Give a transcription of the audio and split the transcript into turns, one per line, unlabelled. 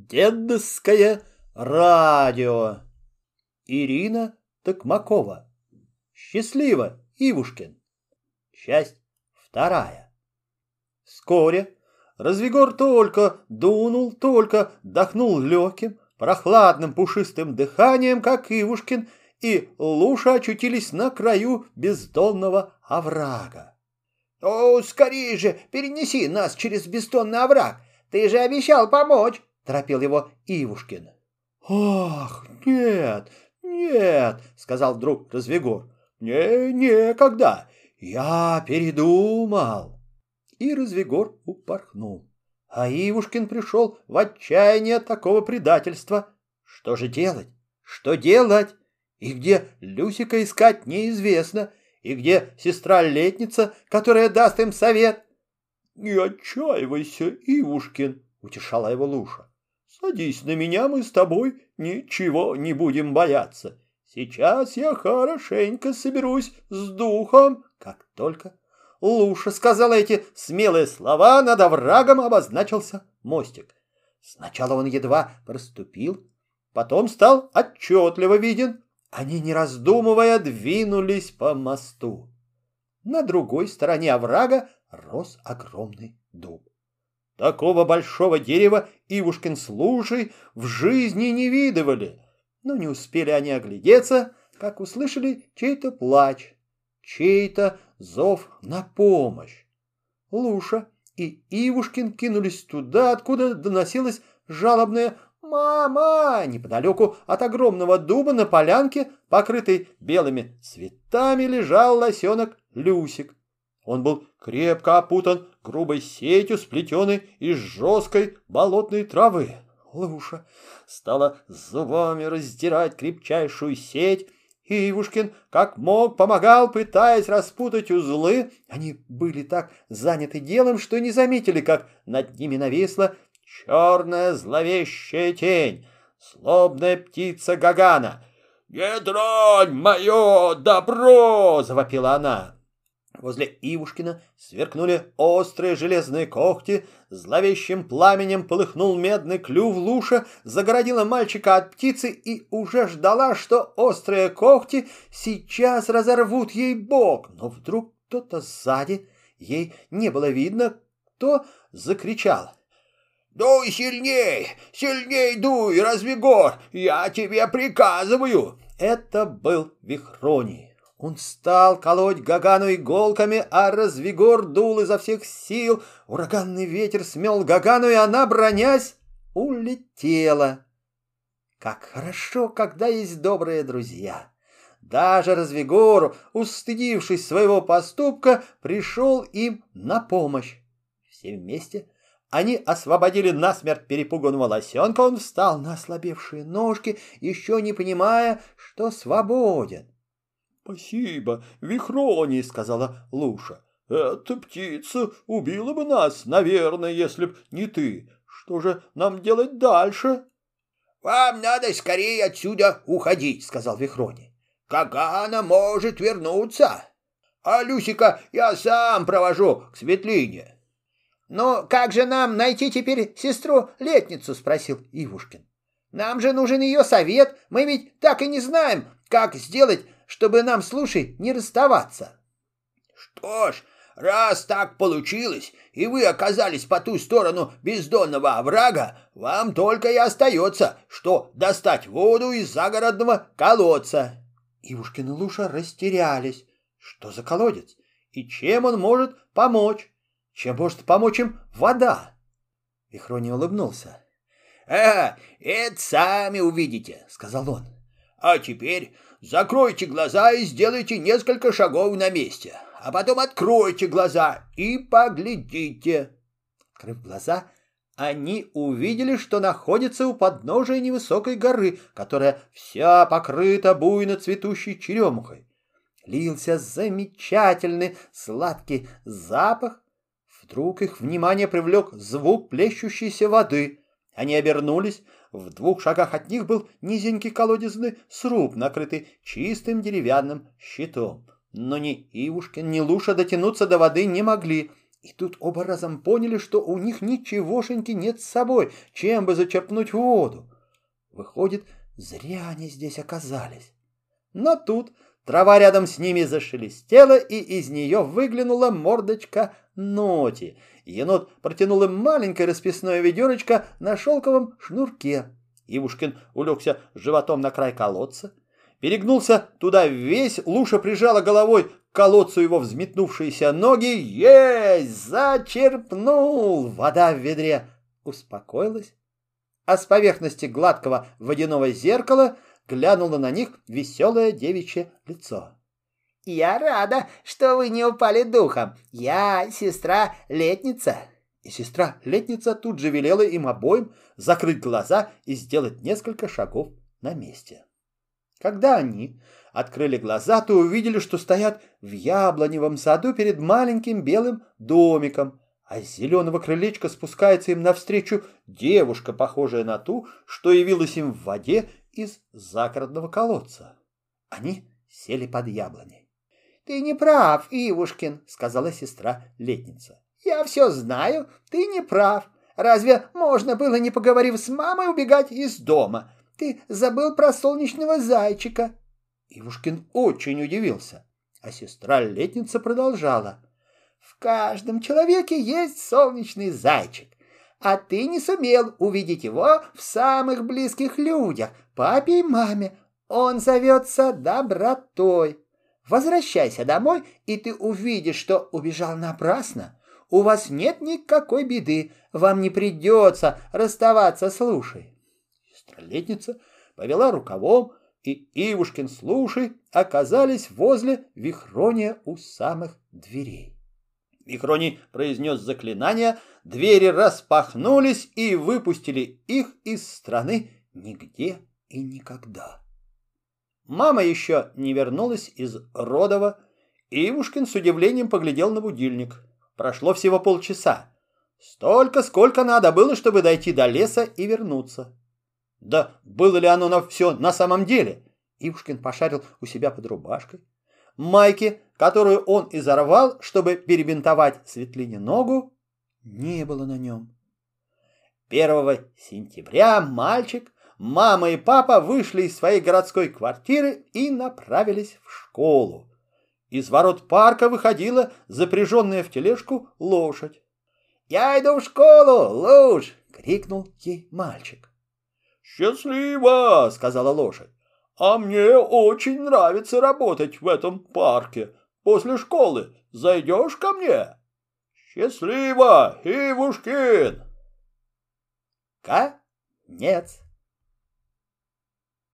Дедовское радио. Ирина Токмакова. Счастливо, Ивушкин. Часть вторая. Вскоре Развигор только дохнул легким, прохладным пушистым дыханием, как Ивушкин, и Луша очутились на краю бездонного оврага.
— О, скорее же, перенеси нас через бездонный овраг, ты же обещал помочь! — торопил его Ивушкин.
— Ах, нет, нет, — сказал вдруг Развигор, — мне некогда, я передумал. И Развигор упорхнул. А Ивушкин пришел в отчаяние от такого предательства. Что же делать? Что делать? И где Люсика искать неизвестно, и где сестра-летница, которая даст им совет? — Не отчаивайся, Ивушкин, — утешала его Луша. — Садись на меня, мы с тобой ничего не будем бояться. Сейчас я хорошенько соберусь с духом. Как только Луша сказала эти смелые слова, над оврагом обозначился мостик. Сначала он едва проступил, потом стал отчетливо виден. Они, не раздумывая, двинулись по мосту. На другой стороне оврага рос огромный дуб. Такого большого дерева Ивушкин с Лушей в жизни не видывали, но не успели они оглядеться, как услышали чей-то плач, чей-то зов на помощь. Луша и Ивушкин кинулись туда, откуда доносилось жалобное «Мама!». Неподалеку от огромного дуба на полянке, покрытой белыми цветами, лежал лосенок Люсик. Он был крепко опутан грубой сетью, сплетенной из жесткой болотной травы. Луша стала зубами раздирать крепчайшую сеть. Ивушкин, как мог, помогал, пытаясь распутать узлы. Они были так заняты делом, что не заметили, как над ними нависла черная зловещая тень, злобная птица Гагана. «Не тронь мое добро!» — завопила она. Возле Ивушкина сверкнули острые железные когти, зловещим пламенем полыхнул медный клюв. Луша загородила мальчика от птицы и уже ждала, что острые когти сейчас разорвут ей бок. Но вдруг кто-то сзади, ей не было видно, кто закричал: «Дуй сильней, сильней дуй, Развигор, я тебе приказываю!» Это был Вихроний. Он стал колоть Гагану иголками, а Развигор дул изо всех сил. Ураганный ветер смел Гагану, и она, бронясь, улетела. Как хорошо, когда есть добрые друзья! Даже Развигор, устыдившись своего поступка, пришел им на помощь. Все вместе они освободили насмерть перепуганного лосенка. Он встал на ослабевшие ножки, еще не понимая, что свободен. «Спасибо, Вихроний», — сказала Луша. «Эта птица убила бы нас, наверное, если б не ты. Что же нам делать дальше?»
«Вам надо скорее отсюда уходить», — сказал Вихроний. «Гагана может вернуться, а Люсика я сам провожу к Светлине». «Но как же нам найти теперь сестру-летницу?» — спросил Ивушкин. «Нам же нужен ее совет, мы ведь так и не знаем, как сделать, чтобы нам с Лушей не расставаться». «Что ж, раз так получилось, и вы оказались по ту сторону бездонного оврага, вам только и остается, что достать воду из загородного колодца».
Ивушкин и Луша растерялись. Что за колодец? И чем он может помочь? Чем может помочь им вода? Вихроний улыбнулся.
Это сами увидите», — сказал он. «А теперь закройте глаза и сделайте несколько шагов на месте, а потом откройте глаза и поглядите».
Открыв глаза, они увидели, что находятся у подножия невысокой горы, которая вся покрыта буйно цветущей черемухой. Лился замечательный сладкий запах. Вдруг их внимание привлек звук плещущейся воды. Они обернулись. В 2 шагах от них был низенький колодезный сруб, накрытый чистым деревянным щитом. Но ни Ивушкин, ни Луша дотянуться до воды не могли. И тут оба разом поняли, что у них ничегошеньки нет с собой, чем бы зачерпнуть воду. Выходит, зря они здесь оказались. Но тут трава рядом с ними зашелестела, и из нее выглянула мордочка Ноти. Енот протянул им маленькое расписное ведерочко на шелковом шнурке. Ивушкин улегся животом на край колодца, перегнулся туда весь, Луша прижала головой к колодцу его взметнувшиеся ноги. Есть! Зачерпнул! Вода в ведре успокоилась, а с поверхности гладкого водяного зеркала глянуло на них веселое девичье лицо.
«Я рада, что вы не упали духом. Я сестра Летница».
И сестра Летница тут же велела им обоим закрыть глаза и сделать несколько шагов на месте. Когда они открыли глаза, то увидели, что стоят в яблоневом саду перед маленьким белым домиком, а с зеленого крылечка спускается им навстречу девушка, похожая на ту, что явилась им в воде из загородного колодца. Они сели под яблоней.
«Ты не прав, Ивушкин», — сказала сестра Летница. «Я все знаю, ты не прав. Разве можно было, не поговорив с мамой, убегать из дома? Ты забыл про солнечного зайчика».
Ивушкин очень удивился, а сестра Летница продолжала.
«В каждом человеке есть солнечный зайчик, а ты не сумел увидеть его в самых близких людях, папе и маме. Он зовется добротой. Возвращайся домой, и ты увидишь, что убежал напрасно. У вас нет никакой беды, вам не придется расставаться с Лушей».
Сестра Летница повела рукавом, и Ивушкин с Лушей оказались возле Вихрония у самых дверей. Вихроний произнес заклинание, двери распахнулись и выпустили их из страны нигде и никогда. Мама еще не вернулась из Родова, и Ивушкин с удивлением поглядел на будильник. Прошло всего полчаса. Столько, сколько надо было, чтобы дойти до леса и вернуться. Да было ли оно все на самом деле? Ивушкин пошарил у себя под рубашкой. Майки, которую он изорвал, чтобы перебинтовать Светлине ногу, не было на нем. 1 сентября мальчик, мама и папа вышли из своей городской квартиры и направились в школу. Из ворот парка выходила запряженная в тележку лошадь.
«Я иду в школу, Луж!» — крикнул ей мальчик.
«Счастливо!» — сказала лошадь. «А мне очень нравится работать в этом парке. После школы зайдешь ко мне?» «Счастливо, Ивушкин!» Конец.